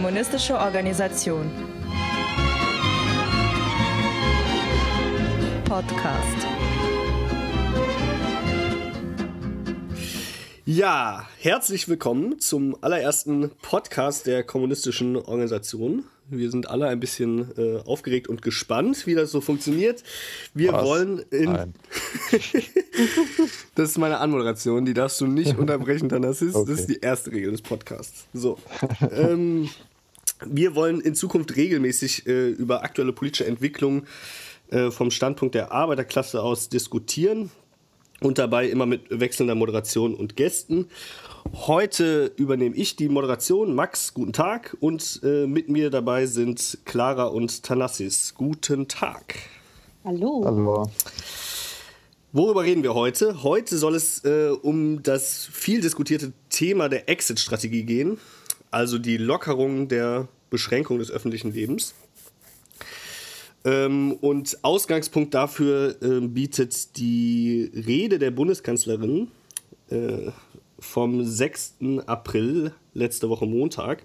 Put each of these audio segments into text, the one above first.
kommunistische Organisation. Podcast. Ja, herzlich willkommen zum allerersten Podcast der kommunistischen Organisation. Wir sind alle ein bisschen aufgeregt und gespannt, wie das so funktioniert. Wir wollen Nein. Das ist meine Anmoderation, die darfst du nicht unterbrechen, Thanasis. Okay. Das ist die erste Regel des Podcasts. So. Wir wollen in Zukunft regelmäßig über aktuelle politische Entwicklungen vom Standpunkt der Arbeiterklasse aus diskutieren und dabei immer mit wechselnder Moderation und Gästen. Heute übernehme ich die Moderation. Max, guten Tag. Und mit mir dabei sind Clara und Thanasis. Guten Tag. Hallo. Hallo. Worüber reden wir heute? Heute soll es um das viel diskutierte Thema der Exit-Strategie gehen, also die Lockerung der Beschränkung des öffentlichen Lebens. Und Ausgangspunkt dafür bietet die Rede der Bundeskanzlerin vom 6. April, letzte Woche Montag,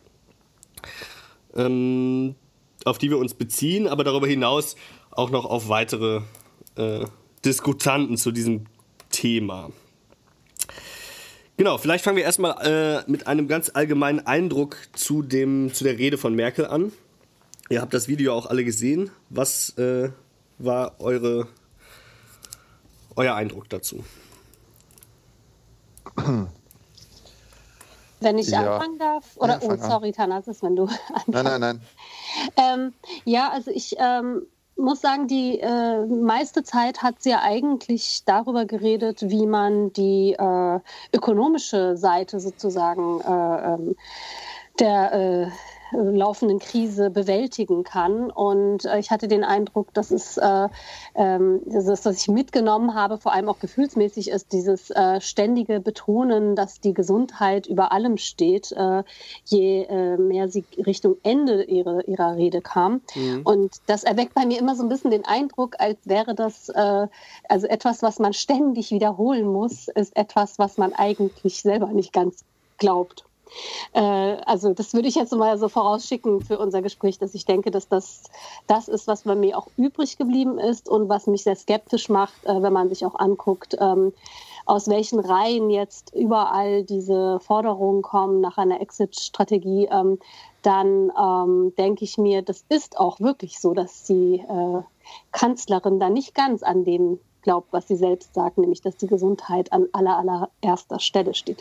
auf die wir uns beziehen, aber darüber hinaus auch noch auf weitere Diskutanten zu diesem Thema. Genau, vielleicht fangen wir erstmal mit einem ganz allgemeinen Eindruck zu der Rede von Merkel an. Ihr habt das Video auch alle gesehen. Was war euer Eindruck dazu? Wenn ich anfangen darf? Oder, Ja, sorry, Thanasis, wenn du anfängst. Nein. Ja, also ich muss sagen, die meiste Zeit hat sie ja eigentlich darüber geredet, wie man die ökonomische Seite sozusagen der laufenden Krise bewältigen kann. Und ich hatte den Eindruck, dass das, was ich mitgenommen habe, vor allem auch gefühlsmäßig, ist dieses ständige Betonen, dass die Gesundheit über allem steht, je mehr sie Richtung Ende ihrer Rede kam. Mhm. Und das erweckt bei mir immer so ein bisschen den Eindruck, als wäre das also etwas, was man ständig wiederholen muss, ist etwas, was man eigentlich selber nicht ganz glaubt. Also das würde ich jetzt mal so vorausschicken für unser Gespräch, dass ich denke, dass das ist, was bei mir auch übrig geblieben ist und was mich sehr skeptisch macht, wenn man sich auch anguckt, aus welchen Reihen jetzt überall diese Forderungen kommen nach einer Exit-Strategie. Dann denke ich mir, das ist auch wirklich so, dass die Kanzlerin da nicht ganz an dem glaubt, was sie selbst sagt, nämlich dass die Gesundheit an allererster Stelle steht.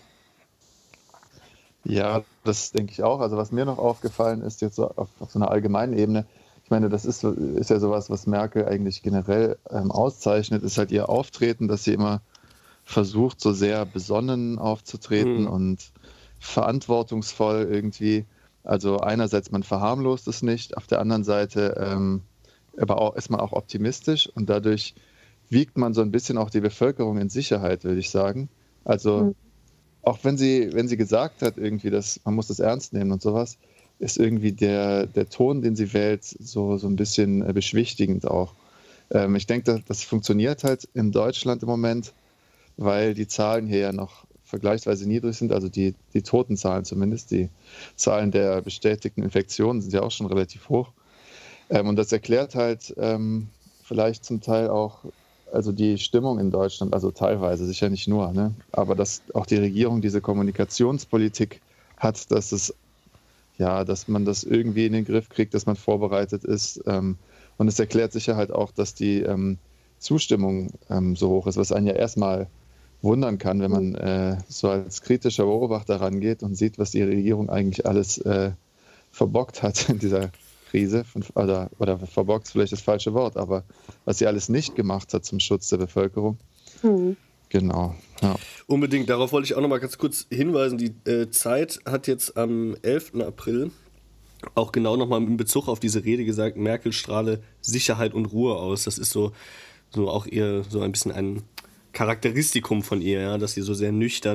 Ja, das denke ich auch. Also was mir noch aufgefallen ist, jetzt so auf so einer allgemeinen Ebene, ich meine, das ist ja sowas, was Merkel eigentlich generell auszeichnet, ist halt ihr Auftreten, dass sie immer versucht, so sehr besonnen aufzutreten und verantwortungsvoll irgendwie. Also einerseits, man verharmlost es nicht, auf der anderen Seite aber auch, ist man auch optimistisch und dadurch wiegt man so ein bisschen auch die Bevölkerung in Sicherheit, würde ich sagen. Also auch wenn sie gesagt hat, irgendwie, dass man muss das ernst nehmen und sowas, ist irgendwie der Ton, den sie wählt, so ein bisschen beschwichtigend auch. Ich denke, das funktioniert halt in Deutschland im Moment, weil die Zahlen hier ja noch vergleichsweise niedrig sind, also die Totenzahlen zumindest, die Zahlen der bestätigten Infektionen sind ja auch schon relativ hoch. Und das erklärt halt vielleicht zum Teil auch also die Stimmung in Deutschland, also teilweise, sicher nicht nur, ne? Aber dass auch die Regierung diese Kommunikationspolitik hat, dass man das irgendwie in den Griff kriegt, dass man vorbereitet ist. Und es erklärt sicher halt auch, dass die Zustimmung so hoch ist, was einen ja erstmal wundern kann, wenn man so als kritischer Beobachter rangeht und sieht, was die Regierung eigentlich alles verbockt hat in dieser Krise, oder verbockt ist vielleicht das falsche Wort, aber was sie alles nicht gemacht hat zum Schutz der Bevölkerung. Mhm. Genau. Ja. Unbedingt, darauf wollte ich auch noch mal ganz kurz hinweisen. Die Zeit hat jetzt am 11. April auch genau noch mal in Bezug auf diese Rede gesagt, Merkel strahle Sicherheit und Ruhe aus. Das ist so auch eher so ein bisschen ein Charakteristikum von ihr, ja, dass sie so sehr nüchtern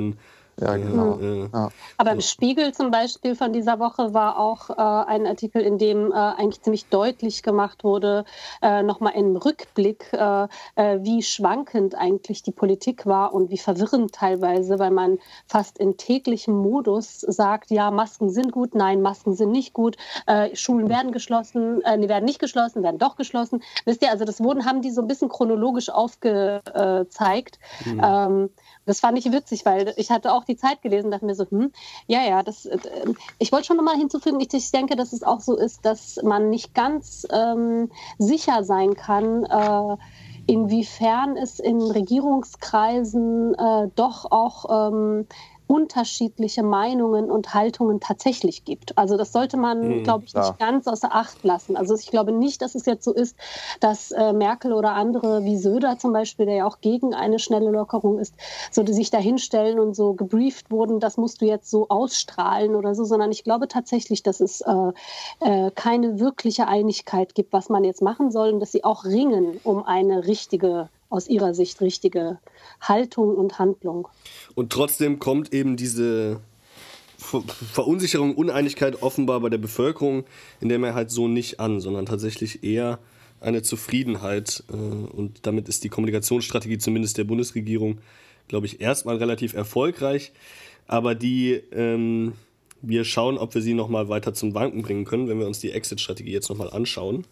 Ja, genau. Ja. Aber im Spiegel zum Beispiel von dieser Woche war auch ein Artikel, in dem eigentlich ziemlich deutlich gemacht wurde, nochmal im Rückblick, wie schwankend eigentlich die Politik war und wie verwirrend teilweise, weil man fast in täglichem Modus sagt, ja, Masken sind gut, nein, Masken sind nicht gut, Schulen werden geschlossen, werden nicht geschlossen, werden doch geschlossen. Wisst ihr, also haben die so ein bisschen chronologisch aufgezeigt. Das fand ich witzig, weil ich hatte auch die Zeit gelesen und dachte mir so, ich wollte schon nochmal hinzufügen, ich denke, dass es auch so ist, dass man nicht ganz sicher sein kann, inwiefern es in Regierungskreisen doch auch unterschiedliche Meinungen und Haltungen tatsächlich gibt. Also das sollte man, glaube ich, nicht ganz außer Acht lassen. Also ich glaube nicht, dass es jetzt so ist, dass Merkel oder andere wie Söder zum Beispiel, der ja auch gegen eine schnelle Lockerung ist, so die sich da hinstellen und so gebrieft wurden, das musst du jetzt so ausstrahlen oder so, sondern ich glaube tatsächlich, dass es keine wirkliche Einigkeit gibt, was man jetzt machen soll und dass sie auch ringen um eine aus ihrer Sicht richtige Haltung und Handlung. Und trotzdem kommt eben diese Verunsicherung, Uneinigkeit offenbar bei der Bevölkerung in der Mehrheit so nicht an, sondern tatsächlich eher eine Zufriedenheit. Und damit ist die Kommunikationsstrategie zumindest der Bundesregierung, glaube ich, erstmal relativ erfolgreich. Aber wir schauen, ob wir sie nochmal weiter zum Wanken bringen können, wenn wir uns die Exit-Strategie jetzt nochmal anschauen.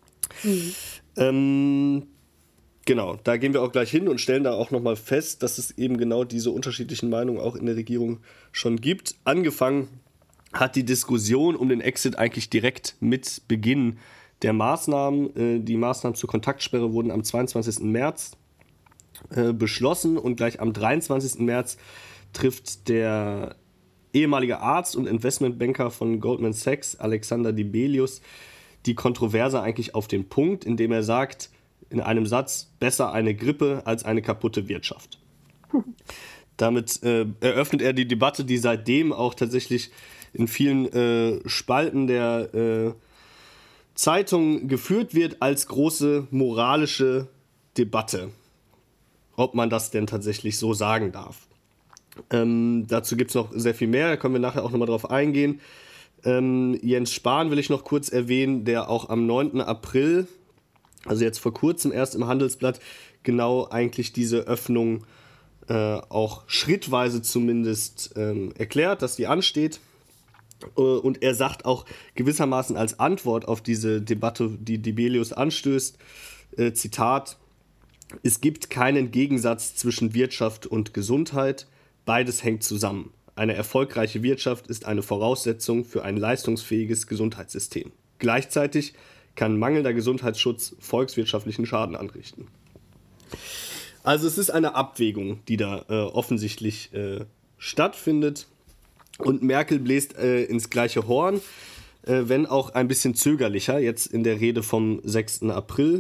Genau, da gehen wir auch gleich hin und stellen da auch nochmal fest, dass es eben genau diese unterschiedlichen Meinungen auch in der Regierung schon gibt. Angefangen hat die Diskussion um den Exit eigentlich direkt mit Beginn der Maßnahmen. Die Maßnahmen zur Kontaktsperre wurden am 22. März beschlossen und gleich am 23. März trifft der ehemalige Arzt und Investmentbanker von Goldman Sachs, Alexander Dibelius, die Kontroverse eigentlich auf den Punkt, indem er sagt, in einem Satz, besser eine Grippe als eine kaputte Wirtschaft. Damit eröffnet er die Debatte, die seitdem auch tatsächlich in vielen Spalten der Zeitung geführt wird, als große moralische Debatte. Ob man das denn tatsächlich so sagen darf. Dazu gibt es noch sehr viel mehr, da können wir nachher auch nochmal drauf eingehen. Jens Spahn will ich noch kurz erwähnen, der auch am 9. April, also jetzt vor kurzem erst im Handelsblatt, genau eigentlich diese Öffnung auch schrittweise zumindest erklärt, dass die ansteht. Und er sagt auch gewissermaßen als Antwort auf diese Debatte, die Dibelius anstößt, Zitat, es gibt keinen Gegensatz zwischen Wirtschaft und Gesundheit, beides hängt zusammen. Eine erfolgreiche Wirtschaft ist eine Voraussetzung für ein leistungsfähiges Gesundheitssystem. Gleichzeitig kann mangelnder Gesundheitsschutz volkswirtschaftlichen Schaden anrichten. Also es ist eine Abwägung, die da offensichtlich stattfindet. Und Merkel bläst ins gleiche Horn, wenn auch ein bisschen zögerlicher, jetzt in der Rede vom 6. April,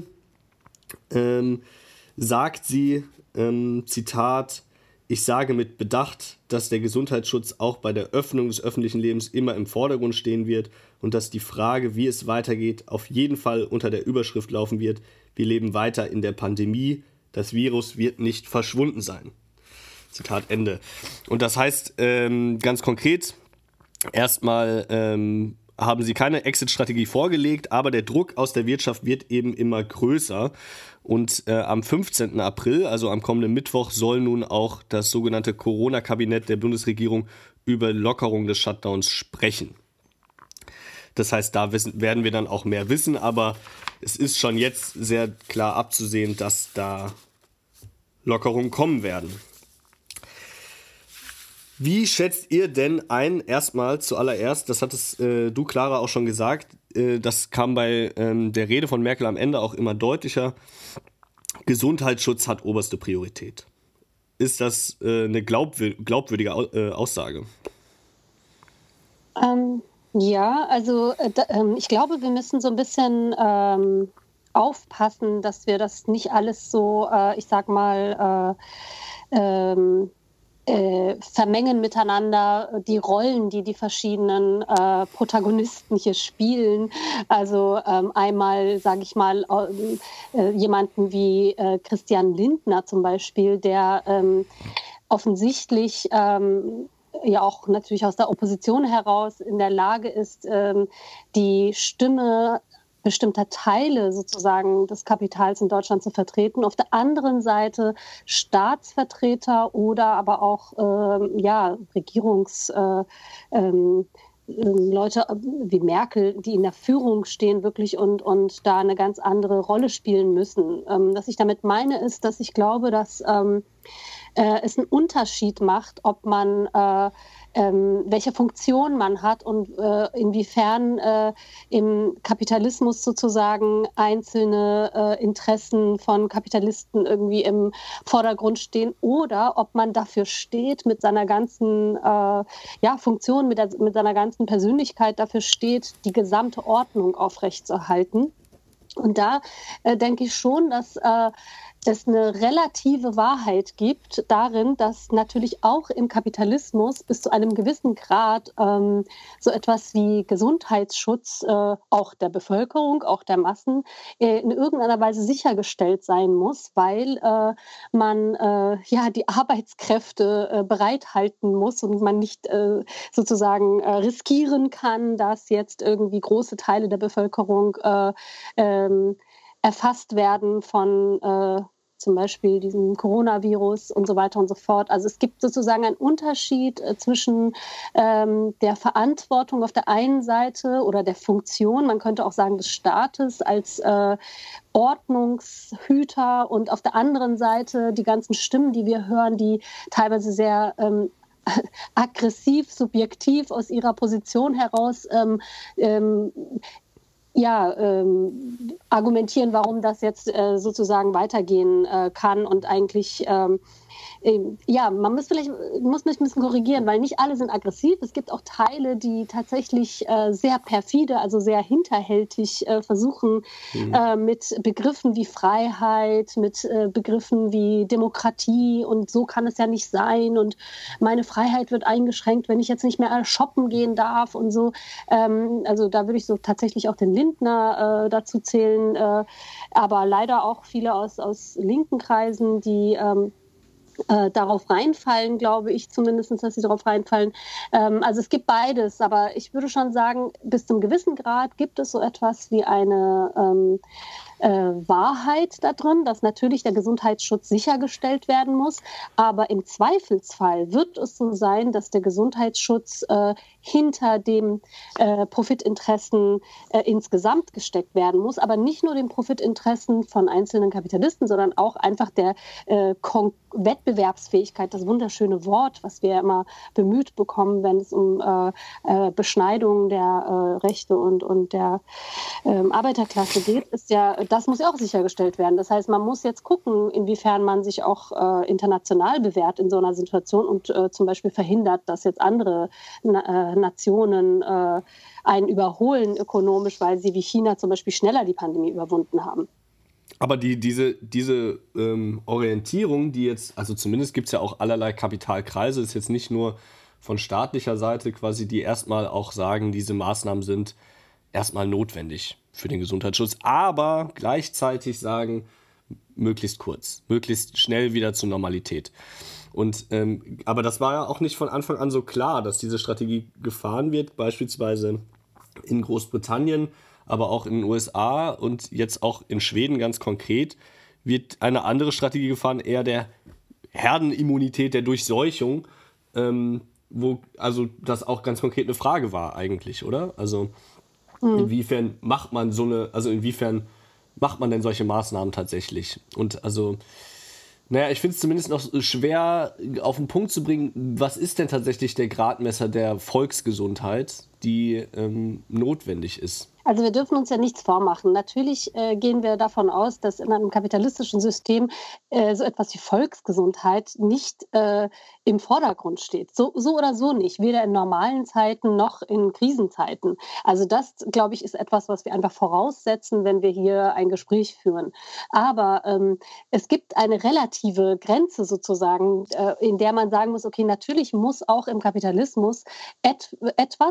sagt sie, Zitat, ich sage mit Bedacht, dass der Gesundheitsschutz auch bei der Öffnung des öffentlichen Lebens immer im Vordergrund stehen wird und dass die Frage, wie es weitergeht, auf jeden Fall unter der Überschrift laufen wird, wir leben weiter in der Pandemie, das Virus wird nicht verschwunden sein. Zitat Ende. Und das heißt ganz konkret, erstmal haben sie keine Exit-Strategie vorgelegt, aber der Druck aus der Wirtschaft wird eben immer größer. Und am 15. April, also am kommenden Mittwoch, soll nun auch das sogenannte Corona-Kabinett der Bundesregierung über Lockerung des Shutdowns sprechen. Das heißt, da werden wir dann auch mehr wissen, aber es ist schon jetzt sehr klar abzusehen, dass da Lockerungen kommen werden. Wie schätzt ihr denn ein, erstmal zuallererst, das hattest du, Clara, auch schon gesagt, das kam bei der Rede von Merkel am Ende auch immer deutlicher, Gesundheitsschutz hat oberste Priorität. Ist das eine glaubwürdige Aussage? Ja, also ich glaube, wir müssen so ein bisschen aufpassen, dass wir das nicht alles so, ich sag mal, vermengen miteinander die Rollen, die verschiedenen Protagonisten hier spielen. Also einmal, sage ich mal, jemanden wie Christian Lindner zum Beispiel, der offensichtlich ja auch natürlich aus der Opposition heraus in der Lage ist, die Stimme bestimmter Teile sozusagen des Kapitals in Deutschland zu vertreten. Auf der anderen Seite Staatsvertreter oder aber auch Leute wie Merkel, die in der Führung stehen wirklich und da eine ganz andere Rolle spielen müssen. Was ich damit meine, ist, dass ich glaube, dass es einen Unterschied macht, ob man welche Funktion man hat und inwiefern im Kapitalismus sozusagen einzelne Interessen von Kapitalisten irgendwie im Vordergrund stehen oder ob man dafür steht, mit seiner ganzen Funktion, mit seiner ganzen Persönlichkeit dafür steht, die gesamte Ordnung aufrechtzuerhalten. Und da denke ich schon, dass es eine relative Wahrheit gibt darin, dass natürlich auch im Kapitalismus bis zu einem gewissen Grad so etwas wie Gesundheitsschutz auch der Bevölkerung, auch der Massen in irgendeiner Weise sichergestellt sein muss, weil man die Arbeitskräfte bereithalten muss und man nicht sozusagen riskieren kann, dass jetzt irgendwie große Teile der Bevölkerung erfasst werden von zum Beispiel diesem Coronavirus und so weiter und so fort. Also es gibt sozusagen einen Unterschied zwischen der Verantwortung auf der einen Seite oder der Funktion, man könnte auch sagen des Staates als Ordnungshüter und auf der anderen Seite die ganzen Stimmen, die wir hören, die teilweise sehr aggressiv, subjektiv aus ihrer Position heraus argumentieren, warum das jetzt sozusagen weitergehen kann und eigentlich man muss mich ein bisschen korrigieren, weil nicht alle sind aggressiv. Es gibt auch Teile, die tatsächlich sehr perfide, also sehr hinterhältig versuchen, mit Begriffen wie Freiheit, mit Begriffen wie Demokratie und so kann es ja nicht sein und meine Freiheit wird eingeschränkt, wenn ich jetzt nicht mehr shoppen gehen darf und so. Also da würde ich so tatsächlich auch den Lindner dazu zählen, aber leider auch viele aus linken Kreisen, die darauf reinfallen, glaube ich zumindest, dass sie darauf reinfallen. Also es gibt beides, aber ich würde schon sagen, bis zum gewissen Grad gibt es so etwas wie eine Wahrheit da drin, dass natürlich der Gesundheitsschutz sichergestellt werden muss, aber im Zweifelsfall wird es so sein, dass der Gesundheitsschutz hinter dem Profitinteressen insgesamt gesteckt werden muss, aber nicht nur den Profitinteressen von einzelnen Kapitalisten, sondern auch einfach der Wettbewerbsfähigkeit, das wunderschöne Wort, was wir immer bemüht bekommen, wenn es um Beschneidung der Rechte und der Arbeiterklasse geht, ist ja, das muss ja auch sichergestellt werden. Das heißt, man muss jetzt gucken, inwiefern man sich auch international bewährt in so einer Situation und zum Beispiel verhindert, dass jetzt andere Nationen einen überholen ökonomisch, weil sie wie China zum Beispiel schneller die Pandemie überwunden haben. Aber diese Orientierung, die jetzt, also zumindest gibt es ja auch allerlei Kapitalkreise, ist jetzt nicht nur von staatlicher Seite quasi, die erstmal auch sagen, diese Maßnahmen sind erstmal notwendig für den Gesundheitsschutz, aber gleichzeitig sagen, möglichst kurz, möglichst schnell wieder zur Normalität. Und, aber das war ja auch nicht von Anfang an so klar, dass diese Strategie gefahren wird, beispielsweise in Großbritannien, aber auch in den USA und jetzt auch in Schweden ganz konkret, wird eine andere Strategie gefahren, eher der Herdenimmunität, der Durchseuchung, wo also das auch ganz konkret eine Frage war eigentlich, oder? Also inwiefern macht man denn solche Maßnahmen tatsächlich? Und also, naja, ich finde es zumindest noch schwer auf den Punkt zu bringen, was ist denn tatsächlich der Gradmesser der Volksgesundheit, die notwendig ist? Also wir dürfen uns ja nichts vormachen. Natürlich gehen wir davon aus, dass in einem kapitalistischen System so etwas wie Volksgesundheit nicht im Vordergrund steht. So oder so nicht, weder in normalen Zeiten noch in Krisenzeiten. Also das, glaube ich, ist etwas, was wir einfach voraussetzen, wenn wir hier ein Gespräch führen. Aber es gibt eine relative Grenze sozusagen, in der man sagen muss, okay, natürlich muss auch im Kapitalismus etwas wie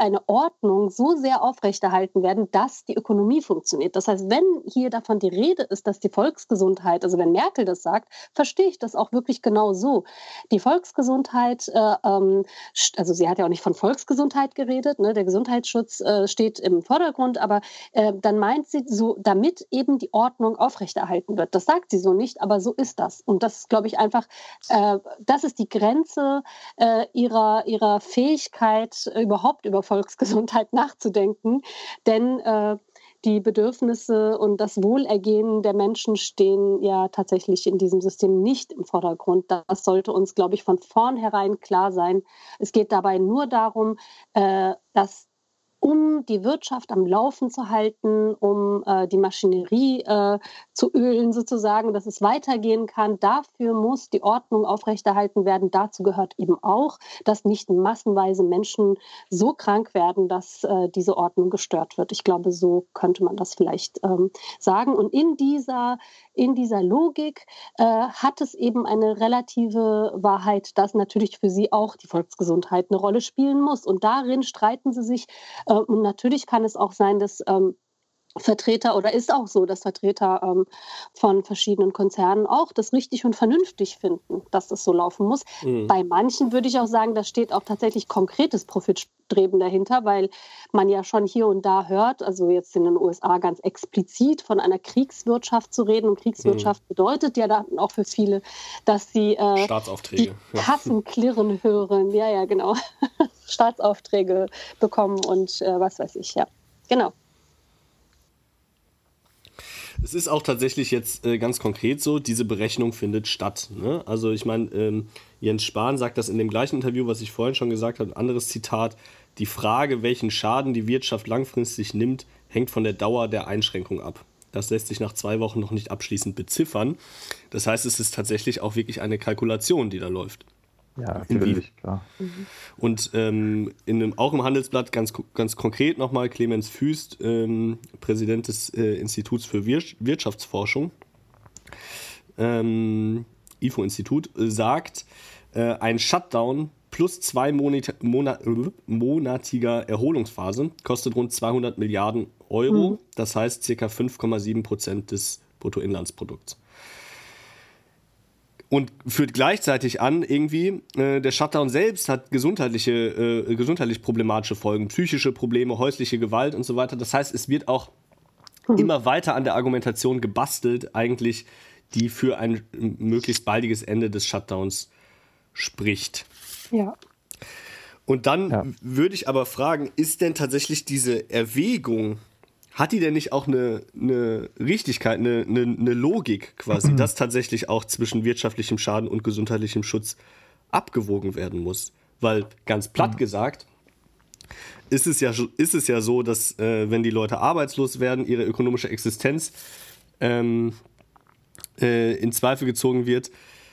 eine Ordnung so sehr aufrechterhalten werden, dass die Ökonomie funktioniert. Das heißt, wenn hier davon die Rede ist, dass die Volksgesundheit, also wenn Merkel das sagt, verstehe ich das auch wirklich genau so. Die Volksgesundheit, also sie hat ja auch nicht von Volksgesundheit geredet, ne? Der Gesundheitsschutz steht im Vordergrund, aber dann meint sie so, damit eben die Ordnung aufrechterhalten wird. Das sagt sie so nicht, aber so ist das. Und das ist, glaube ich, einfach, das ist die Grenze ihrer Fähigkeit, überhaupt über Volksgesundheit nachzudenken. Denn die Bedürfnisse und das Wohlergehen der Menschen stehen ja tatsächlich in diesem System nicht im Vordergrund. Das sollte uns, glaube ich, von vornherein klar sein. Es geht dabei nur darum, dass um die Wirtschaft am Laufen zu halten, um die Maschinerie zu ölen sozusagen, dass es weitergehen kann. Dafür muss die Ordnung aufrechterhalten werden. Dazu gehört eben auch, dass nicht massenweise Menschen so krank werden, dass diese Ordnung gestört wird. Ich glaube, so könnte man das vielleicht sagen. Und in dieser Logik hat es eben eine relative Wahrheit, dass natürlich für sie auch die Volksgesundheit eine Rolle spielen muss. Und darin streiten sie sich. Und natürlich kann es auch sein, dass Vertreter, oder ist auch so, dass Vertreter von verschiedenen Konzernen auch das richtig und vernünftig finden, dass das so laufen muss. Bei manchen würde ich auch sagen, da steht auch tatsächlich konkretes Profitstreben dahinter, weil man ja schon hier und da hört, also jetzt in den USA ganz explizit von einer Kriegswirtschaft zu reden. Und Kriegswirtschaft bedeutet ja dann auch für viele, dass sie Staatsaufträge, die Kassen klirren hören. Ja, ja, genau. Staatsaufträge bekommen und was weiß ich, ja. Genau. Es ist auch tatsächlich jetzt ganz konkret so, diese Berechnung findet statt. Ne? Also ich meine, Jens Spahn sagt das in dem gleichen Interview, was ich vorhin schon gesagt habe, ein anderes Zitat: Die Frage, welchen Schaden die Wirtschaft langfristig nimmt, hängt von der Dauer der Einschränkung ab. Das lässt sich nach 2 Wochen noch nicht abschließend beziffern. Das heißt, es ist tatsächlich auch wirklich eine Kalkulation, die da läuft. Ja, natürlich, klar. Und auch im Handelsblatt ganz konkret nochmal Clemens Fuest, Präsident des Instituts für Wirtschaftsforschung, IFO-Institut, sagt, ein Shutdown plus 2-monatiger Erholungsphase kostet rund 200 Milliarden Euro, das heißt ca. 5,7% des Bruttoinlandsprodukts. Und führt gleichzeitig an, irgendwie, der Shutdown selbst hat gesundheitlich problematische Folgen, psychische Probleme, häusliche Gewalt und so weiter. Das heißt, es wird auch immer weiter an der Argumentation gebastelt, eigentlich, die für ein möglichst baldiges Ende des Shutdowns spricht. Ja. Und dann würde ich aber fragen, ist denn tatsächlich diese Erwägung, hat die denn nicht auch eine Richtigkeit, eine Logik quasi, dass tatsächlich auch zwischen wirtschaftlichem Schaden und gesundheitlichem Schutz abgewogen werden muss? Weil ganz platt gesagt ist es ja so, dass wenn die Leute arbeitslos werden, ihre ökonomische Existenz in Zweifel gezogen wird,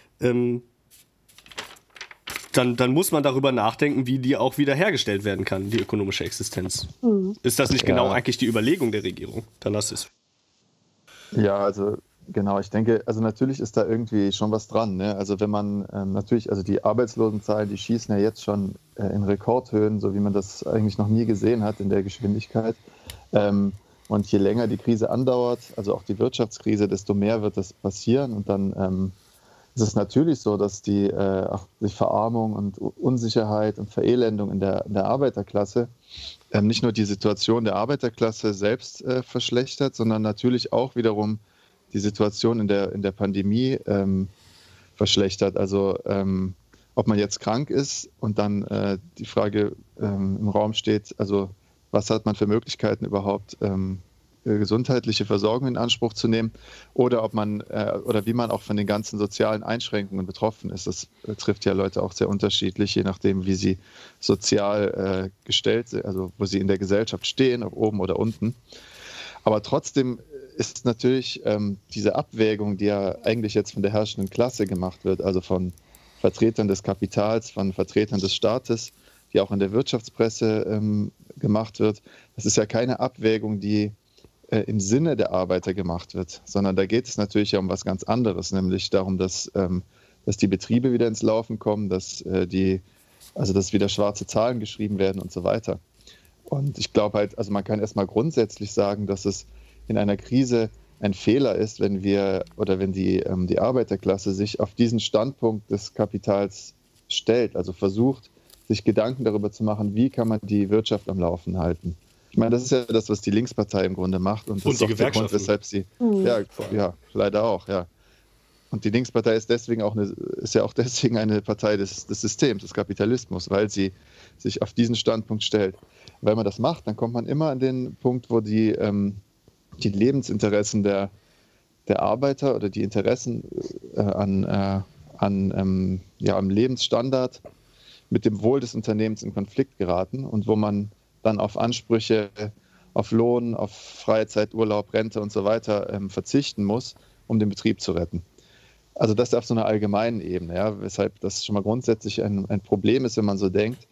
dann muss man darüber nachdenken, wie die auch wiederhergestellt werden kann, die ökonomische Existenz. Ist das nicht genau eigentlich die Überlegung der Regierung? Dann lass es. Ja, also genau, ich denke, also natürlich ist da irgendwie schon was dran. Ne? Also wenn man natürlich, also die Arbeitslosenzahlen, die schießen ja jetzt schon in Rekordhöhen, so wie man das eigentlich noch nie gesehen hat in der Geschwindigkeit. Und je länger die Krise andauert, also auch die Wirtschaftskrise, desto mehr wird das passieren. Und dann ist es natürlich so, dass die Verarmung und Unsicherheit und Verelendung in der Arbeiterklasse nicht nur die Situation der Arbeiterklasse selbst verschlechtert, sondern natürlich auch wiederum die Situation in der Pandemie verschlechtert. Also ob man jetzt krank ist und dann die Frage im Raum steht, also was hat man für Möglichkeiten überhaupt, gesundheitliche Versorgung in Anspruch zu nehmen, oder ob man oder wie man auch von den ganzen sozialen Einschränkungen betroffen ist. Das trifft ja Leute auch sehr unterschiedlich, je nachdem, wie sie sozial gestellt sind, also wo sie in der Gesellschaft stehen, ob oben oder unten. Aber trotzdem ist natürlich diese Abwägung, die ja eigentlich jetzt von der herrschenden Klasse gemacht wird, also von Vertretern des Kapitals, von Vertretern des Staates, die auch in der Wirtschaftspresse gemacht wird, das ist ja keine Abwägung, die im Sinne der Arbeiter gemacht wird, sondern da geht es natürlich ja um was ganz anderes, nämlich darum, dass die Betriebe wieder ins Laufen kommen, dass wieder schwarze Zahlen geschrieben werden und so weiter. Und ich glaube halt, also man kann erstmal grundsätzlich sagen, dass es in einer Krise ein Fehler ist, wenn die Arbeiterklasse sich auf diesen Standpunkt des Kapitals stellt, also versucht, sich Gedanken darüber zu machen, wie kann man die Wirtschaft am Laufen halten. Ich meine, das ist ja das, was die Linkspartei im Grunde macht. Und das ist die auch der Gewerkschaften. Grund, weshalb sie, ja, leider auch, ja. Und die Linkspartei ist ja auch deswegen eine Partei des Systems, des Kapitalismus, weil sie sich auf diesen Standpunkt stellt. Wenn man das macht, dann kommt man immer an den Punkt, wo die Lebensinteressen der Arbeiter oder die Interessen am Lebensstandard mit dem Wohl des Unternehmens in Konflikt geraten und wo man dann auf Ansprüche, auf Lohn, auf Freizeit, Urlaub, Rente und so weiter verzichten muss, um den Betrieb zu retten. Also das auf so einer allgemeinen Ebene, ja, weshalb das schon mal grundsätzlich ein Problem ist, wenn man so denkt.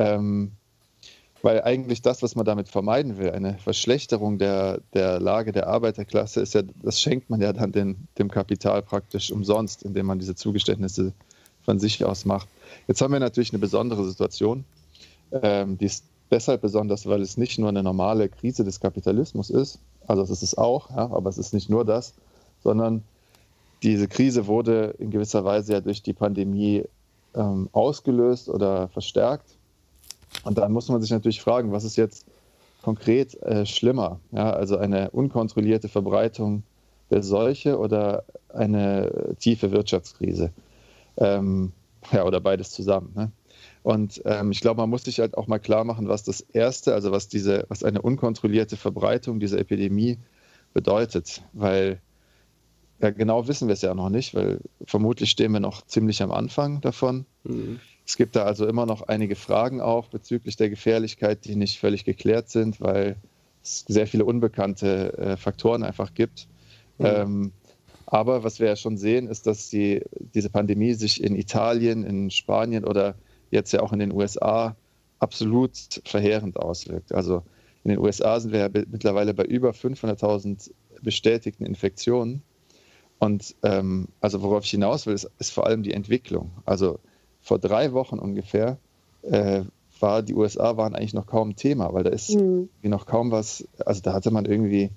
Weil eigentlich das, was man damit vermeiden will, eine Verschlechterung der Lage der Arbeiterklasse, ist ja, das schenkt man ja dann dem Kapital praktisch umsonst, indem man diese Zugeständnisse von sich aus macht. Jetzt haben wir natürlich eine besondere Situation. Die ist deshalb besonders, weil es nicht nur eine normale Krise des Kapitalismus ist, also es ist es auch, ja, aber es ist nicht nur das, sondern diese Krise wurde in gewisser Weise ja durch die Pandemie ausgelöst oder verstärkt. Und dann muss man sich natürlich fragen, was ist jetzt konkret schlimmer? Ja, also eine unkontrollierte Verbreitung der Seuche oder eine tiefe Wirtschaftskrise? Oder beides zusammen. Ne? Und ich glaube, man muss sich halt auch mal klar machen, was das Erste, also was eine unkontrollierte Verbreitung dieser Epidemie bedeutet. Weil ja, genau wissen wir es ja noch nicht, weil vermutlich stehen wir noch ziemlich am Anfang davon. Mhm. Es gibt da also immer noch einige Fragen auch bezüglich der Gefährlichkeit, die nicht völlig geklärt sind, weil es sehr viele unbekannte Faktoren einfach gibt. Mhm. Aber was wir ja schon sehen, ist, dass diese Pandemie sich in Italien, in Spanien oder jetzt ja auch in den USA absolut verheerend auswirkt. Also in den USA sind wir ja mittlerweile bei über 500.000 bestätigten Infektionen. Und also worauf ich hinaus will, ist vor allem die Entwicklung. Also vor 3 Wochen ungefähr die USA waren eigentlich noch kaum ein Thema, weil da ist noch kaum was, also da hatte man irgendwie,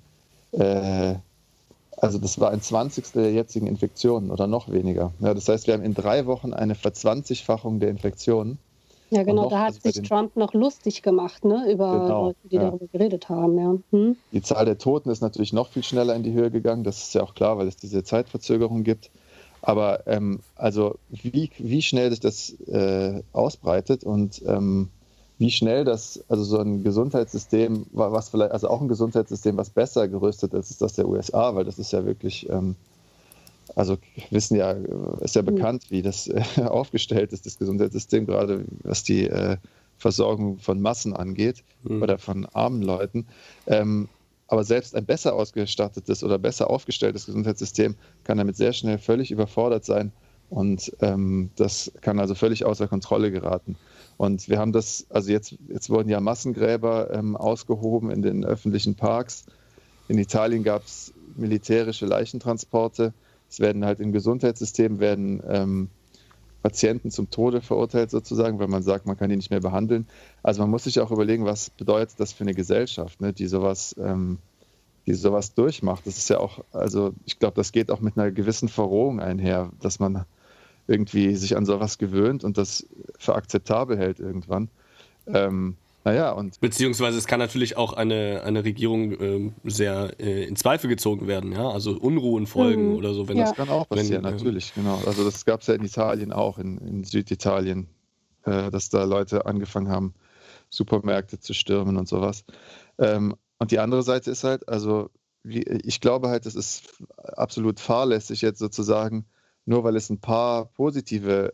also das war ein 20. der jetzigen Infektionen oder noch weniger. Ja, das heißt, wir haben in 3 Wochen eine Verzwanzigfachung der Infektionen. Ja, genau, da hat sich Trump noch lustig gemacht, ne, über Leute, die darüber geredet haben. Ja. Die Zahl der Toten ist natürlich noch viel schneller in die Höhe gegangen, das ist ja auch klar, weil es diese Zeitverzögerung gibt. Aber also wie schnell sich das ausbreitet und wie schnell das, also so ein Gesundheitssystem, was vielleicht, also auch ein Gesundheitssystem, was besser gerüstet ist, ist das der USA, weil das ist ja wirklich, also ist ja bekannt, wie das aufgestellt ist, das Gesundheitssystem, gerade was die Versorgung von Massen angeht oder von armen Leuten. Aber selbst ein besser ausgestattetes oder besser aufgestelltes Gesundheitssystem kann damit sehr schnell völlig überfordert sein und das kann also völlig außer Kontrolle geraten. Und wir haben das, also jetzt wurden ja Massengräber ausgehoben in den öffentlichen Parks. In Italien gab es militärische Leichentransporte. Es werden halt im Gesundheitssystem Patienten zum Tode verurteilt sozusagen, weil man sagt, man kann die nicht mehr behandeln. Also man muss sich auch überlegen, was bedeutet das für eine Gesellschaft, ne, die sowas durchmacht. Das ist ja auch, also ich glaube, das geht auch mit einer gewissen Verrohung einher, dass man irgendwie sich an sowas gewöhnt und das für akzeptabel hält irgendwann. Beziehungsweise es kann natürlich auch eine Regierung sehr in Zweifel gezogen werden, ja, also Unruhen folgen oder so. Das kann auch passieren, natürlich, genau. Also das gab es ja in Italien auch, in Süditalien, dass da Leute angefangen haben, Supermärkte zu stürmen und sowas. Und die andere Seite ist halt, also ich glaube halt, es ist absolut fahrlässig jetzt sozusagen, nur weil es ein paar positive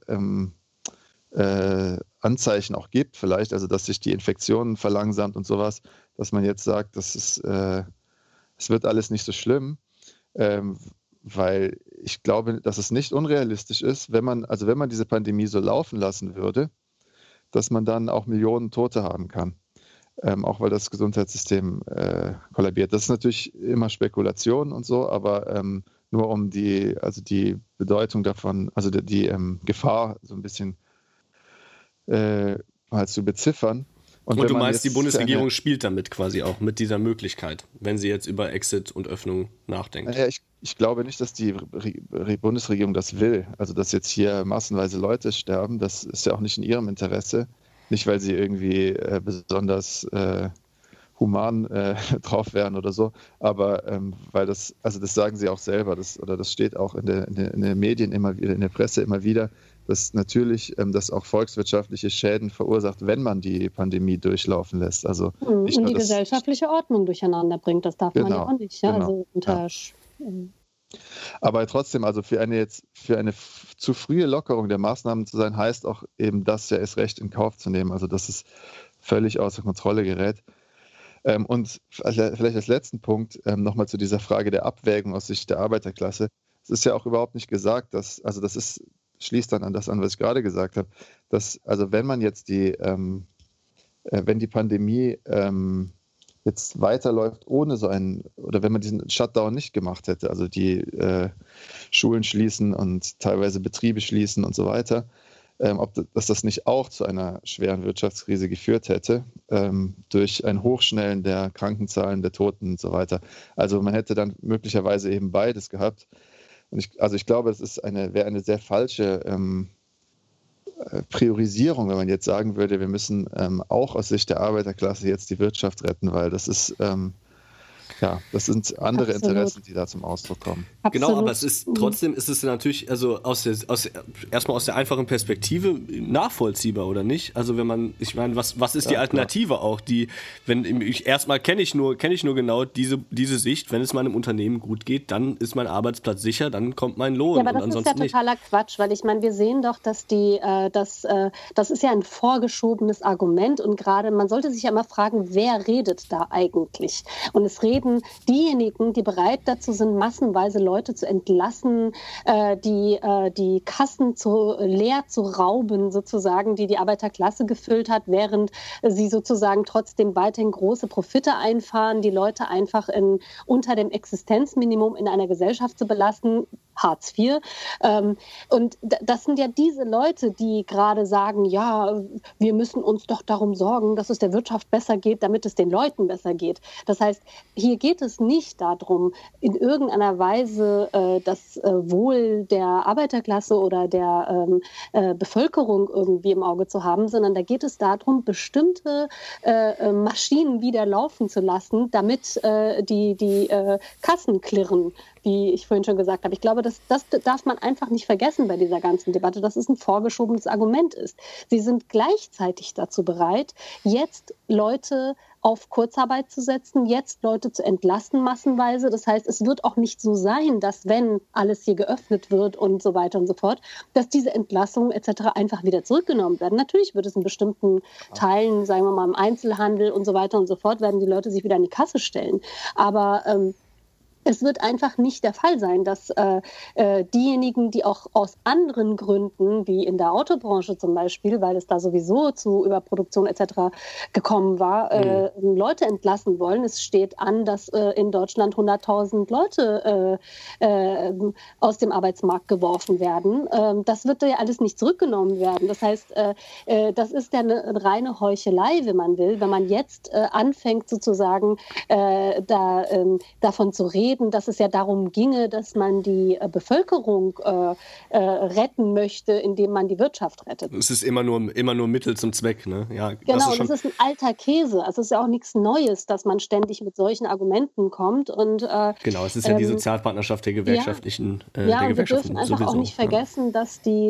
Anzeichen auch gibt vielleicht, also dass sich die Infektionen verlangsamt und sowas, dass man jetzt sagt, es wird alles nicht so schlimm, weil ich glaube, dass es nicht unrealistisch ist, wenn man diese Pandemie so laufen lassen würde, dass man dann auch Millionen Tote haben kann, auch weil das Gesundheitssystem kollabiert. Das ist natürlich immer Spekulation und so, aber nur um die Bedeutung davon, also die Gefahr so ein bisschen mal zu beziffern. Und wenn du man meinst, die jetzt Bundesregierung spielt damit quasi auch, mit dieser Möglichkeit, wenn sie jetzt über Exit und Öffnung nachdenkt? naja, ich glaube nicht, dass die Bundesregierung das will. Also, dass jetzt hier massenweise Leute sterben, das ist ja auch nicht in ihrem Interesse. Nicht, weil sie irgendwie besonders human drauf wären oder so, aber weil das, also das sagen sie auch selber, das steht auch in den Medien immer wieder, in der Presse immer wieder, dass natürlich das auch volkswirtschaftliche Schäden verursacht, wenn man die Pandemie durchlaufen lässt. Also nicht Und nur die gesellschaftliche Ordnung durcheinander bringt, das darf man ja auch nicht. Ja? Genau. Also Aber trotzdem, also für eine zu frühe Lockerung der Maßnahmen zu sein, heißt auch eben das ja erst recht in Kauf zu nehmen. Also dass es völlig außer Kontrolle gerät. Und vielleicht als letzten Punkt nochmal zu dieser Frage der Abwägung aus Sicht der Arbeiterklasse. Es ist ja auch überhaupt nicht gesagt, schließt dann an das an, was ich gerade gesagt habe, dass, also wenn man jetzt wenn die Pandemie jetzt weiterläuft ohne oder wenn man diesen Shutdown nicht gemacht hätte, also die Schulen schließen und teilweise Betriebe schließen und so weiter, dass das nicht auch zu einer schweren Wirtschaftskrise geführt hätte, durch ein Hochschnellen der Krankenzahlen, der Toten und so weiter. Also man hätte dann möglicherweise eben beides gehabt. Und ich glaube, es wäre eine sehr falsche Priorisierung, wenn man jetzt sagen würde, wir müssen auch aus Sicht der Arbeiterklasse jetzt die Wirtschaft retten, weil das ist das sind andere Interessen, die da zum Ausdruck kommen. Absolut. Genau, aber trotzdem ist es natürlich, also erstmal aus der einfachen Perspektive nachvollziehbar, oder nicht? Also ich meine, was ist die Alternative klar. Auch? Erstmal kenne ich nur genau diese Sicht, wenn es meinem Unternehmen gut geht, dann ist mein Arbeitsplatz sicher, dann kommt mein Lohn. Ja, aber das ist ja totaler Quatsch, weil ich meine, wir sehen doch, dass das ist ja ein vorgeschobenes Argument und gerade, man sollte sich ja immer fragen, wer redet da eigentlich? Und es reden diejenigen, die bereit dazu sind, massenweise Leute zu entlassen, die Kassen leer zu rauben, sozusagen, die Arbeiterklasse gefüllt hat, während sie sozusagen trotzdem weiterhin große Profite einfahren, die Leute einfach unter dem Existenzminimum in einer Gesellschaft zu belasten, Hartz IV. Und das sind ja diese Leute, die gerade sagen, ja, wir müssen uns doch darum sorgen, dass es der Wirtschaft besser geht, damit es den Leuten besser geht. Das heißt, hier geht es nicht darum, in irgendeiner Weise das Wohl der Arbeiterklasse oder der Bevölkerung irgendwie im Auge zu haben, sondern da geht es darum, bestimmte Maschinen wieder laufen zu lassen, damit die Kassen klirren, wie ich vorhin schon gesagt habe. Ich glaube, das darf man einfach nicht vergessen bei dieser ganzen Debatte, dass es ein vorgeschobenes Argument ist. Sie sind gleichzeitig dazu bereit, jetzt Leute auf Kurzarbeit zu setzen, jetzt Leute zu entlasten massenweise. Das heißt, es wird auch nicht so sein, dass wenn alles hier geöffnet wird und so weiter und so fort, dass diese Entlassungen etc. einfach wieder zurückgenommen werden. Natürlich wird es in bestimmten Teilen, sagen wir mal im Einzelhandel und so weiter und so fort, werden die Leute sich wieder an die Kasse stellen. Aber es wird einfach nicht der Fall sein, dass diejenigen, die auch aus anderen Gründen, wie in der Autobranche zum Beispiel, weil es da sowieso zu Überproduktion etc. gekommen war, Leute entlassen wollen. Es steht an, dass in Deutschland 100.000 Leute aus dem Arbeitsmarkt geworfen werden. Das wird ja alles nicht zurückgenommen werden. Das heißt, das ist ja eine reine Heuchelei, wenn man will, wenn man jetzt anfängt sozusagen davon zu reden, dass es ja darum ginge, dass man die Bevölkerung retten möchte, indem man die Wirtschaft rettet. Es ist immer nur Mittel zum Zweck, ne? Ja, genau, das ist ein alter Käse. Also es ist ja auch nichts Neues, dass man ständig mit solchen Argumenten kommt. Und, genau, es ist ja die Sozialpartnerschaft der Gewerkschaftlichen. Ja, und wir dürfen einfach auch nicht vergessen, dass die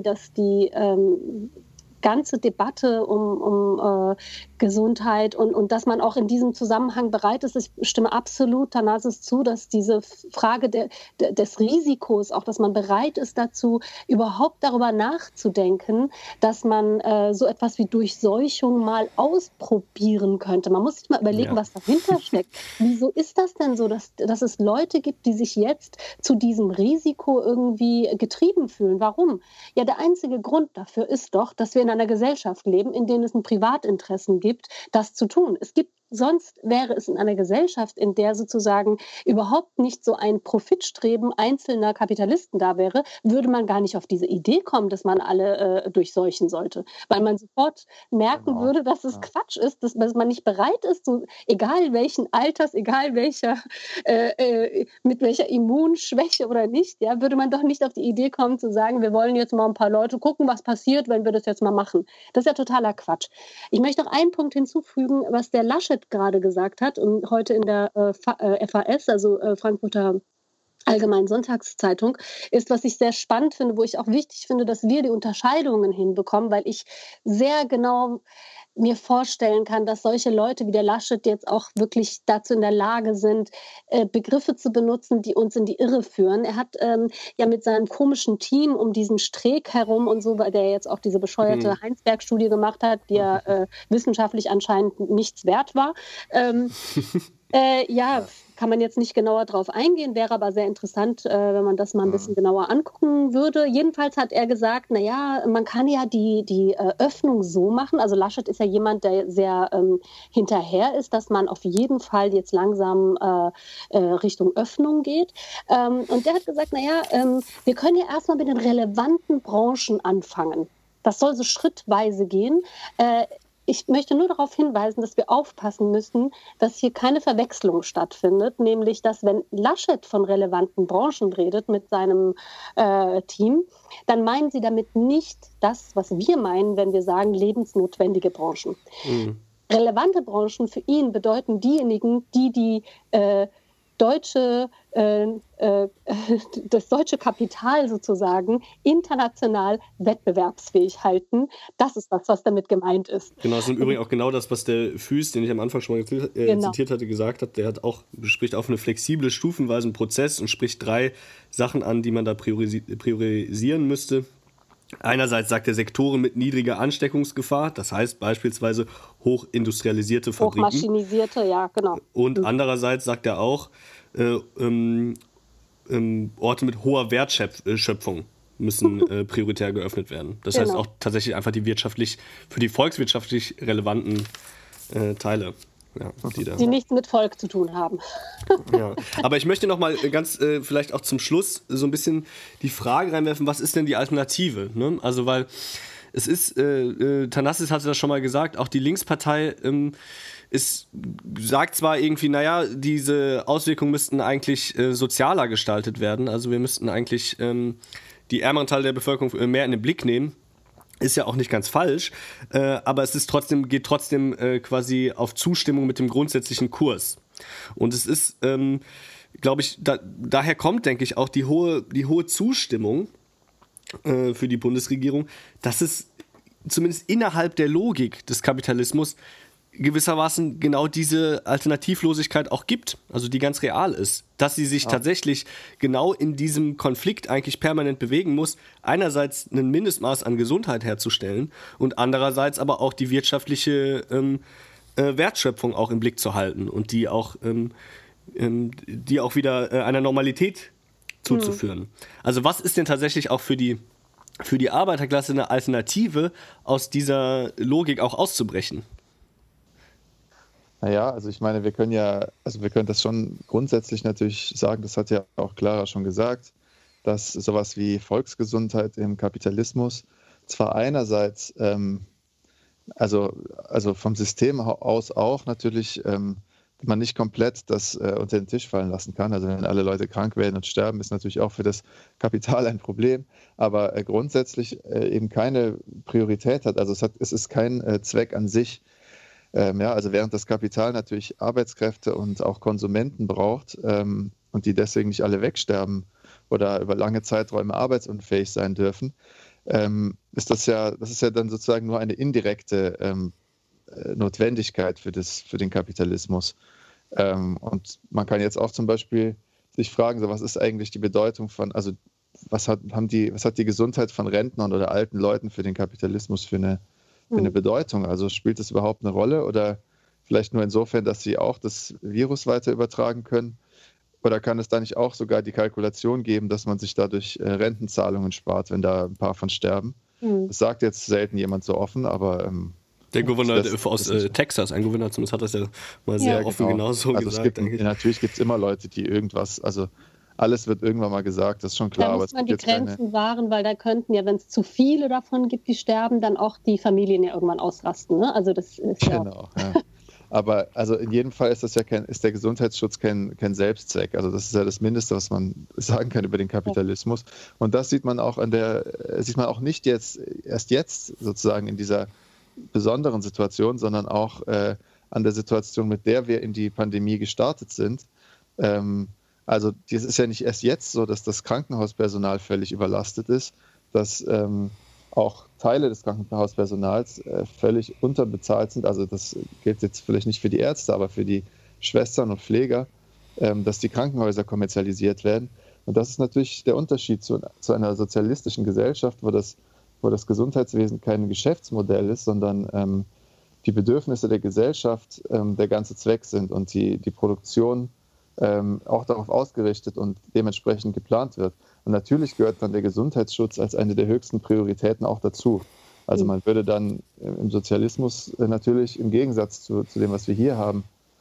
ganze Debatte um Gesundheit und dass man auch in diesem Zusammenhang bereit ist, ich stimme absolut Thanasis zu, dass diese Frage des Risikos, auch dass man bereit ist dazu, überhaupt darüber nachzudenken, dass man so etwas wie Durchseuchung mal ausprobieren könnte. Man muss sich mal überlegen, was dahinter steckt. Wieso ist das denn so, dass es Leute gibt, die sich jetzt zu diesem Risiko irgendwie getrieben fühlen? Warum? Ja, der einzige Grund dafür ist doch, dass wir in einer Gesellschaft leben, in der es ein Privatinteressen gibt, das zu tun. Es gibt Sonst wäre es in einer Gesellschaft, in der sozusagen überhaupt nicht so ein Profitstreben einzelner Kapitalisten da wäre, würde man gar nicht auf diese Idee kommen, dass man alle durchseuchen sollte. Weil man sofort merken würde, dass es Quatsch ist, dass man nicht bereit ist, so, egal welchen Alters, egal mit welcher Immunschwäche oder nicht, ja, würde man doch nicht auf die Idee kommen zu sagen, wir wollen jetzt mal ein paar Leute gucken, was passiert, wenn wir das jetzt mal machen. Das ist ja totaler Quatsch. Ich möchte noch einen Punkt hinzufügen, was der Laschet gerade gesagt hat und heute in der FAZ, also Frankfurter Allgemeinen Sonntagszeitung, ist, was ich sehr spannend finde, wo ich auch wichtig finde, dass wir die Unterscheidungen hinbekommen, weil ich sehr genau mir vorstellen kann, dass solche Leute wie der Laschet jetzt auch wirklich dazu in der Lage sind, Begriffe zu benutzen, die uns in die Irre führen. Er hat ja mit seinem komischen Team um diesen Streeck herum und so, weil der jetzt auch diese bescheuerte Heinsberg-Studie gemacht hat, die ja wissenschaftlich anscheinend nichts wert war. Ja, kann man jetzt nicht genauer drauf eingehen, wäre aber sehr interessant, wenn man das mal ein bisschen genauer angucken würde. Jedenfalls hat er gesagt, naja, man kann ja die Öffnung so machen. Also Laschet ist ja jemand, der sehr hinterher ist, dass man auf jeden Fall jetzt langsam Richtung Öffnung geht. Und der hat gesagt, naja, wir können ja erstmal mit den relevanten Branchen anfangen. Das soll so schrittweise gehen. Ich möchte nur darauf hinweisen, dass wir aufpassen müssen, dass hier keine Verwechslung stattfindet, nämlich, dass wenn Laschet von relevanten Branchen redet mit seinem Team, dann meinen sie damit nicht das, was wir meinen, wenn wir sagen lebensnotwendige Branchen. Relevante Branchen für ihn bedeuten diejenigen, die das deutsche Kapital sozusagen international wettbewerbsfähig halten. Das ist das, was damit gemeint ist. Genau, das ist im Übrigen auch genau das, was der Fuess, den ich am Anfang schon mal zitiert hatte, gesagt hat. Der spricht auf eine flexible, stufenweisen Prozess und spricht 3 Sachen an, die man da priorisieren müsste. Einerseits sagt er Sektoren mit niedriger Ansteckungsgefahr, das heißt beispielsweise hochindustrialisierte Fabriken. Hochmaschinisierte, ja, genau. Und andererseits sagt er auch, Orte mit hoher Wertschöpfung müssen prioritär geöffnet werden. Das heißt auch tatsächlich einfach für die volkswirtschaftlich relevanten Teile. Ja, die nichts mit Volk zu tun haben. Ja. Aber ich möchte noch mal ganz vielleicht auch zum Schluss so ein bisschen die Frage reinwerfen, was ist denn die Alternative? Ne? Also weil es ist, Thanassis hatte das schon mal gesagt, auch die Linkspartei sagt zwar irgendwie, naja, diese Auswirkungen müssten eigentlich sozialer gestaltet werden, also wir müssten eigentlich die ärmeren Teile der Bevölkerung mehr in den Blick nehmen. Ist ja auch nicht ganz falsch, aber es ist geht trotzdem quasi auf Zustimmung mit dem grundsätzlichen Kurs. Und es ist, glaube ich, daher kommt, denke ich, auch die hohe Zustimmung für die Bundesregierung, dass es zumindest innerhalb der Logik des Kapitalismus gewissermaßen genau diese Alternativlosigkeit auch gibt, also die ganz real ist, dass sie sich tatsächlich genau in diesem Konflikt eigentlich permanent bewegen muss, einerseits ein Mindestmaß an Gesundheit herzustellen und andererseits aber auch die wirtschaftliche Wertschöpfung auch im Blick zu halten und die auch wieder einer Normalität zuzuführen. Also was ist denn tatsächlich auch für die Arbeiterklasse eine Alternative, aus dieser Logik auch auszubrechen? Naja, also ich meine, wir können das schon grundsätzlich natürlich sagen, das hat ja auch Clara schon gesagt, dass sowas wie Volksgesundheit im Kapitalismus zwar einerseits, also vom System aus auch natürlich, man nicht komplett das unter den Tisch fallen lassen kann. Also wenn alle Leute krank werden und sterben, ist natürlich auch für das Kapital ein Problem, aber grundsätzlich eben keine Priorität hat. Also es ist kein Zweck an sich. Also während das Kapital natürlich Arbeitskräfte und auch Konsumenten braucht und die deswegen nicht alle wegsterben oder über lange Zeiträume arbeitsunfähig sein dürfen, ist das ist ja dann sozusagen nur eine indirekte Notwendigkeit für den Kapitalismus. Und man kann jetzt auch zum Beispiel sich fragen, so was ist eigentlich die Bedeutung von, also was hat die Gesundheit von Rentnern oder alten Leuten für den Kapitalismus für eine Bedeutung? Also spielt das überhaupt eine Rolle oder vielleicht nur insofern, dass sie auch das Virus weiter übertragen können? Oder kann es da nicht auch sogar die Kalkulation geben, dass man sich dadurch Rentenzahlungen spart, wenn da ein paar von sterben? Das sagt jetzt selten jemand so offen, aber Der Gouverneur aus Texas, ein Gouverneur zumindest, hat das ja mal sehr offen genauso gesagt. Natürlich gibt es immer Leute, die irgendwas, also alles wird irgendwann mal gesagt, das ist schon klar. Da muss man die Grenzen wahren, weil da könnten ja, wenn es zu viele davon gibt, die sterben, dann auch die Familien ja irgendwann ausrasten. Ne? Also das ist genau, ja. Aber also in jedem Fall ist das ja ist der Gesundheitsschutz kein Selbstzweck. Also das ist ja das Mindeste, was man sagen kann über den Kapitalismus. Und das sieht man auch nicht erst jetzt sozusagen in dieser besonderen Situation, sondern auch an der Situation, mit der wir in die Pandemie gestartet sind. Also das ist ja nicht erst jetzt so, dass das Krankenhauspersonal völlig überlastet ist, dass auch Teile des Krankenhauspersonals völlig unterbezahlt sind. Also das gilt jetzt vielleicht nicht für die Ärzte, aber für die Schwestern und Pfleger, dass die Krankenhäuser kommerzialisiert werden. Und das ist natürlich der Unterschied zu einer sozialistischen Gesellschaft, wo das Gesundheitswesen kein Geschäftsmodell ist, sondern die Bedürfnisse der Gesellschaft der ganze Zweck sind und die Produktion auch darauf ausgerichtet und dementsprechend geplant wird. Und natürlich gehört dann der Gesundheitsschutz als eine der höchsten Prioritäten auch dazu. Also man würde dann im Sozialismus natürlich im Gegensatz zu dem, was wir hier haben,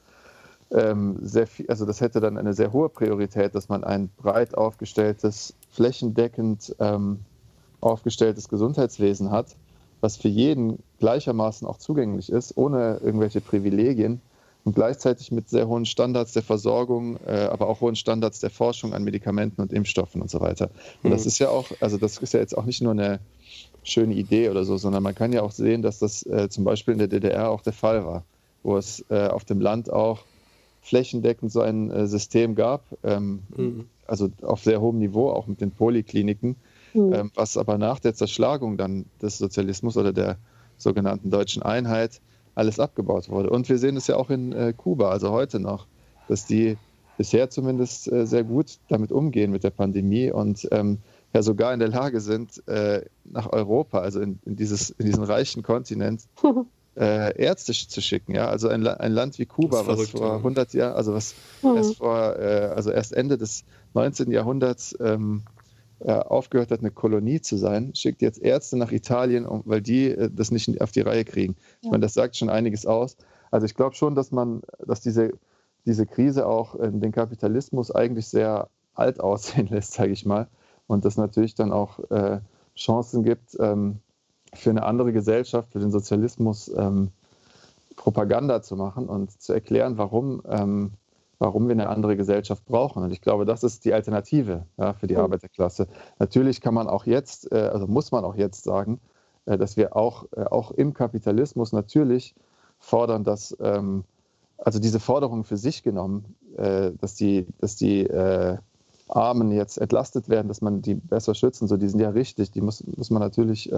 also das hätte dann eine sehr hohe Priorität, dass man ein breit aufgestelltes, flächendeckend aufgestelltes Gesundheitswesen hat, was für jeden gleichermaßen auch zugänglich ist, ohne irgendwelche Privilegien und gleichzeitig mit sehr hohen Standards der Versorgung, aber auch hohen Standards der Forschung an Medikamenten und Impfstoffen und so weiter. Und das ist ja auch, also das ist ja jetzt auch nicht nur eine schöne Idee oder so, sondern man kann ja auch sehen, dass das zum Beispiel in der DDR auch der Fall war, wo es auf dem Land auch flächendeckend so ein System gab, also auf sehr hohem Niveau, auch mit den Polikliniken, was aber nach der Zerschlagung dann des Sozialismus oder der sogenannten Deutschen Einheit alles abgebaut wurde. Und wir sehen es ja auch in Kuba, also heute noch, dass die bisher zumindest sehr gut damit umgehen mit der Pandemie und ja sogar in der Lage sind, nach Europa, also in diesen reichen Kontinent, Ärzte zu schicken. Ja? Also ein Land wie Kuba, was vor 100 Jahren, also was erst Ende des 19. Jahrhunderts aufgehört hat, eine Kolonie zu sein, schickt jetzt Ärzte nach Italien, weil die das nicht auf die Reihe kriegen. Ich meine, das sagt schon einiges aus. Also ich glaube schon, dass diese Krise auch den Kapitalismus eigentlich sehr alt aussehen lässt, sage ich mal. Und das natürlich dann auch Chancen gibt, für eine andere Gesellschaft, für den Sozialismus Propaganda zu machen und zu erklären, warum wir eine andere Gesellschaft brauchen. Und ich glaube, das ist die Alternative für die Arbeiterklasse. Natürlich kann man auch jetzt, also muss man auch jetzt sagen, dass wir auch im Kapitalismus natürlich fordern, dass, also diese Forderung für sich genommen, dass die Armen jetzt entlastet werden, dass man die besser schützen, so die sind ja richtig, die müssen wir natürlich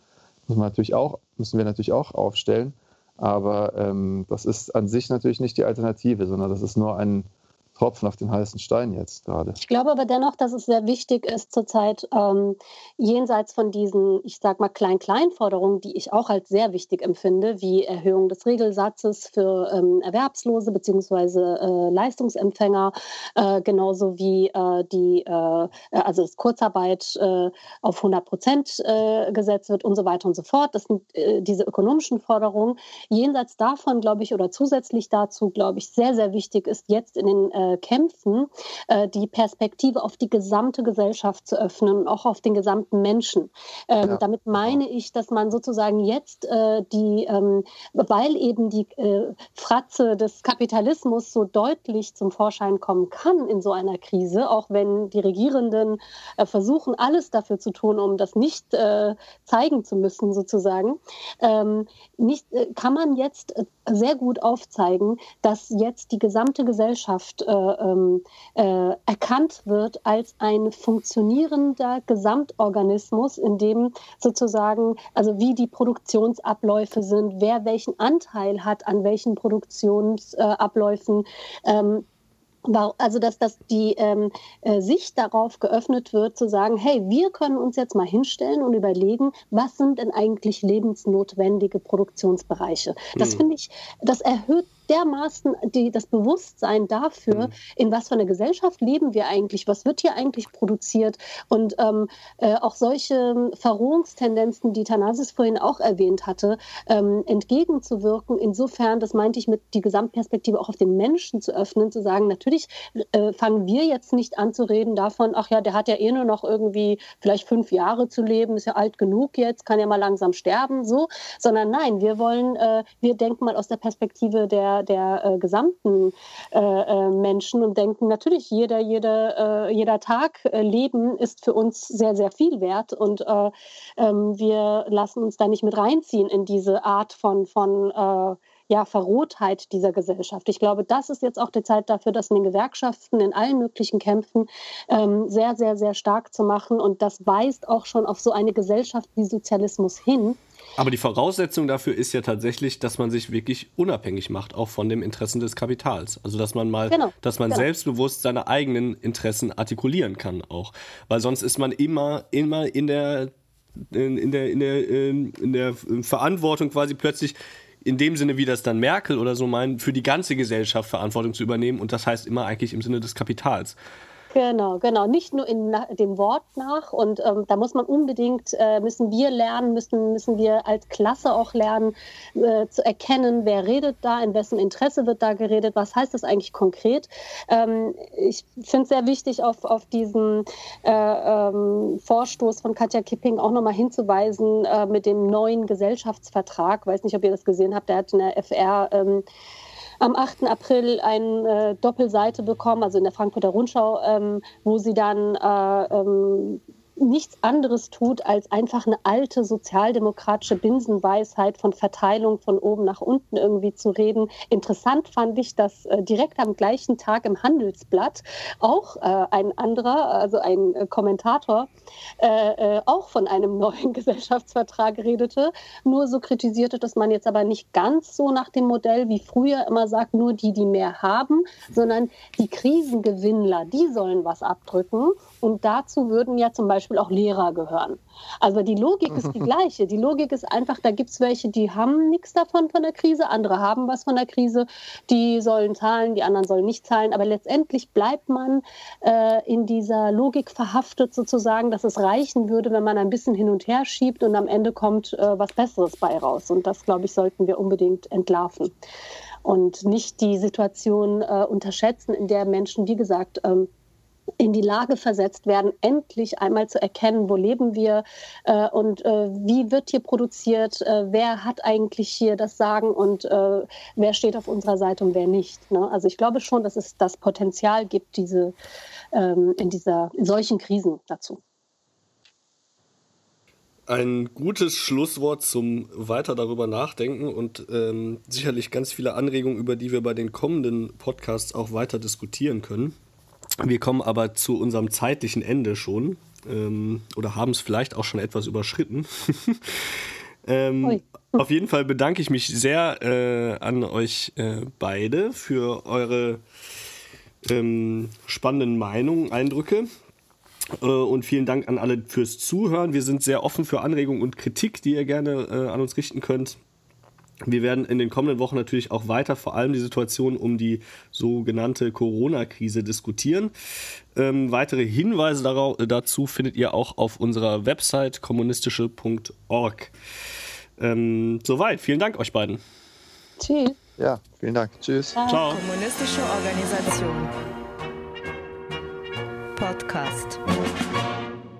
auch aufstellen. Aber das ist an sich natürlich nicht die Alternative, sondern das ist nur ein Tropfen auf den heißen Stein jetzt gerade. Ich glaube aber dennoch, dass es sehr wichtig ist zurzeit, jenseits von diesen, ich sag mal, Klein-Klein-Forderungen, die ich auch als sehr wichtig empfinde, wie Erhöhung des Regelsatzes für Erwerbslose bzw. Leistungsempfänger, genauso wie also das Kurzarbeit auf 100% gesetzt wird und so weiter und so fort. Das sind diese ökonomischen Forderungen. Jenseits davon, glaube ich, oder zusätzlich dazu, glaube ich, sehr, sehr wichtig ist, jetzt in den Kämpfen, die Perspektive auf die gesamte Gesellschaft zu öffnen und auch auf den gesamten Menschen. Damit meine ich, dass man sozusagen jetzt weil eben die Fratze des Kapitalismus so deutlich zum Vorschein kommen kann in so einer Krise, auch wenn die Regierenden versuchen, alles dafür zu tun, um das nicht zeigen zu müssen, sozusagen, kann man jetzt sehr gut aufzeigen, dass jetzt die gesamte Gesellschaft erkannt wird als ein funktionierender Gesamtorganismus, in dem sozusagen, also wie die Produktionsabläufe sind, wer welchen Anteil hat an welchen Produktionsabläufen, also dass die Sicht darauf geöffnet wird, zu sagen, hey, wir können uns jetzt mal hinstellen und überlegen, was sind denn eigentlich lebensnotwendige Produktionsbereiche. Das finde ich, das erhöht dermaßen das Bewusstsein dafür, in was für einer Gesellschaft leben wir eigentlich, was wird hier eigentlich produziert und auch solche Verrohungstendenzen, die Thanasis vorhin auch erwähnt hatte, entgegenzuwirken. Insofern, das meinte ich mit die Gesamtperspektive auch auf den Menschen zu öffnen, zu sagen, natürlich fangen wir jetzt nicht an zu reden davon, ach ja, der hat ja nur noch irgendwie vielleicht 5 Jahre zu leben, ist ja alt genug jetzt, kann ja mal langsam sterben, so, sondern nein, wir denken mal aus der Perspektive der gesamten Menschen und denken, natürlich jeder Tag Leben ist für uns sehr, sehr viel wert und wir lassen uns da nicht mit reinziehen in diese Art von Verrohtheit dieser Gesellschaft. Ich glaube, das ist jetzt auch die Zeit dafür, das in den Gewerkschaften, in allen möglichen Kämpfen sehr, sehr, sehr stark zu machen und das weist auch schon auf so eine Gesellschaft wie Sozialismus hin. Aber die Voraussetzung dafür ist ja tatsächlich, dass man sich wirklich unabhängig macht, auch von den Interessen des Kapitals. Also dass man selbstbewusst seine eigenen Interessen artikulieren kann auch. Weil sonst ist man immer in der Verantwortung quasi plötzlich, in dem Sinne, wie das dann Merkel oder so meinen, für die ganze Gesellschaft Verantwortung zu übernehmen. Und das heißt immer eigentlich im Sinne des Kapitals. Genau. Nicht nur in dem Wort nach. Und da muss man unbedingt, müssen wir lernen, müssen wir als Klasse auch lernen, zu erkennen, wer redet da, in wessen Interesse wird da geredet, was heißt das eigentlich konkret. Ich finde es sehr wichtig, auf diesen Vorstoß von Katja Kipping auch nochmal hinzuweisen mit dem neuen Gesellschaftsvertrag. Ich weiß nicht, ob ihr das gesehen habt, der hat in der FR am 8. April eine Doppelseite bekommen, also in der Frankfurter Rundschau, wo sie dann nichts anderes tut, als einfach eine alte sozialdemokratische Binsenweisheit von Verteilung von oben nach unten irgendwie zu reden. Interessant fand ich, dass direkt am gleichen Tag im Handelsblatt auch ein anderer, also ein Kommentator, auch von einem neuen Gesellschaftsvertrag redete, nur so kritisierte, dass man jetzt aber nicht ganz so nach dem Modell wie früher immer sagt, nur die mehr haben, sondern die Krisengewinnler, die sollen was abdrücken und dazu würden ja zum Beispiel auch Lehrer gehören. Also die Logik ist die gleiche. Die Logik ist einfach, da gibt es welche, die haben nichts davon von der Krise, andere haben was von der Krise, die sollen zahlen, die anderen sollen nicht zahlen. Aber letztendlich bleibt man in dieser Logik verhaftet sozusagen, dass es reichen würde, wenn man ein bisschen hin und her schiebt und am Ende kommt was Besseres bei raus. Und das, glaube ich, sollten wir unbedingt entlarven. Und nicht die Situation unterschätzen, in der Menschen, wie gesagt, in die Lage versetzt werden, endlich einmal zu erkennen, wo leben wir und wie wird hier produziert, wer hat eigentlich hier das Sagen und wer steht auf unserer Seite und wer nicht. Ne? Also ich glaube schon, dass es das Potenzial gibt, in solchen Krisen dazu. Ein gutes Schlusswort zum weiter darüber nachdenken und sicherlich ganz viele Anregungen, über die wir bei den kommenden Podcasts auch weiter diskutieren können. Wir kommen aber zu unserem zeitlichen Ende schon oder haben es vielleicht auch schon etwas überschritten. Auf jeden Fall bedanke ich mich sehr an euch beide für eure spannenden Meinungen, Eindrücke. Und vielen Dank an alle fürs Zuhören. Wir sind sehr offen für Anregungen und Kritik, die ihr gerne an uns richten könnt. Wir werden in den kommenden Wochen natürlich auch weiter vor allem die Situation um die sogenannte Corona-Krise diskutieren. Weitere Hinweise dazu findet ihr auch auf unserer Website kommunistische.org. Soweit. Vielen Dank euch beiden. Tschüss. Ja, vielen Dank. Tschüss. Ciao. Kommunistische Organisation. Podcast.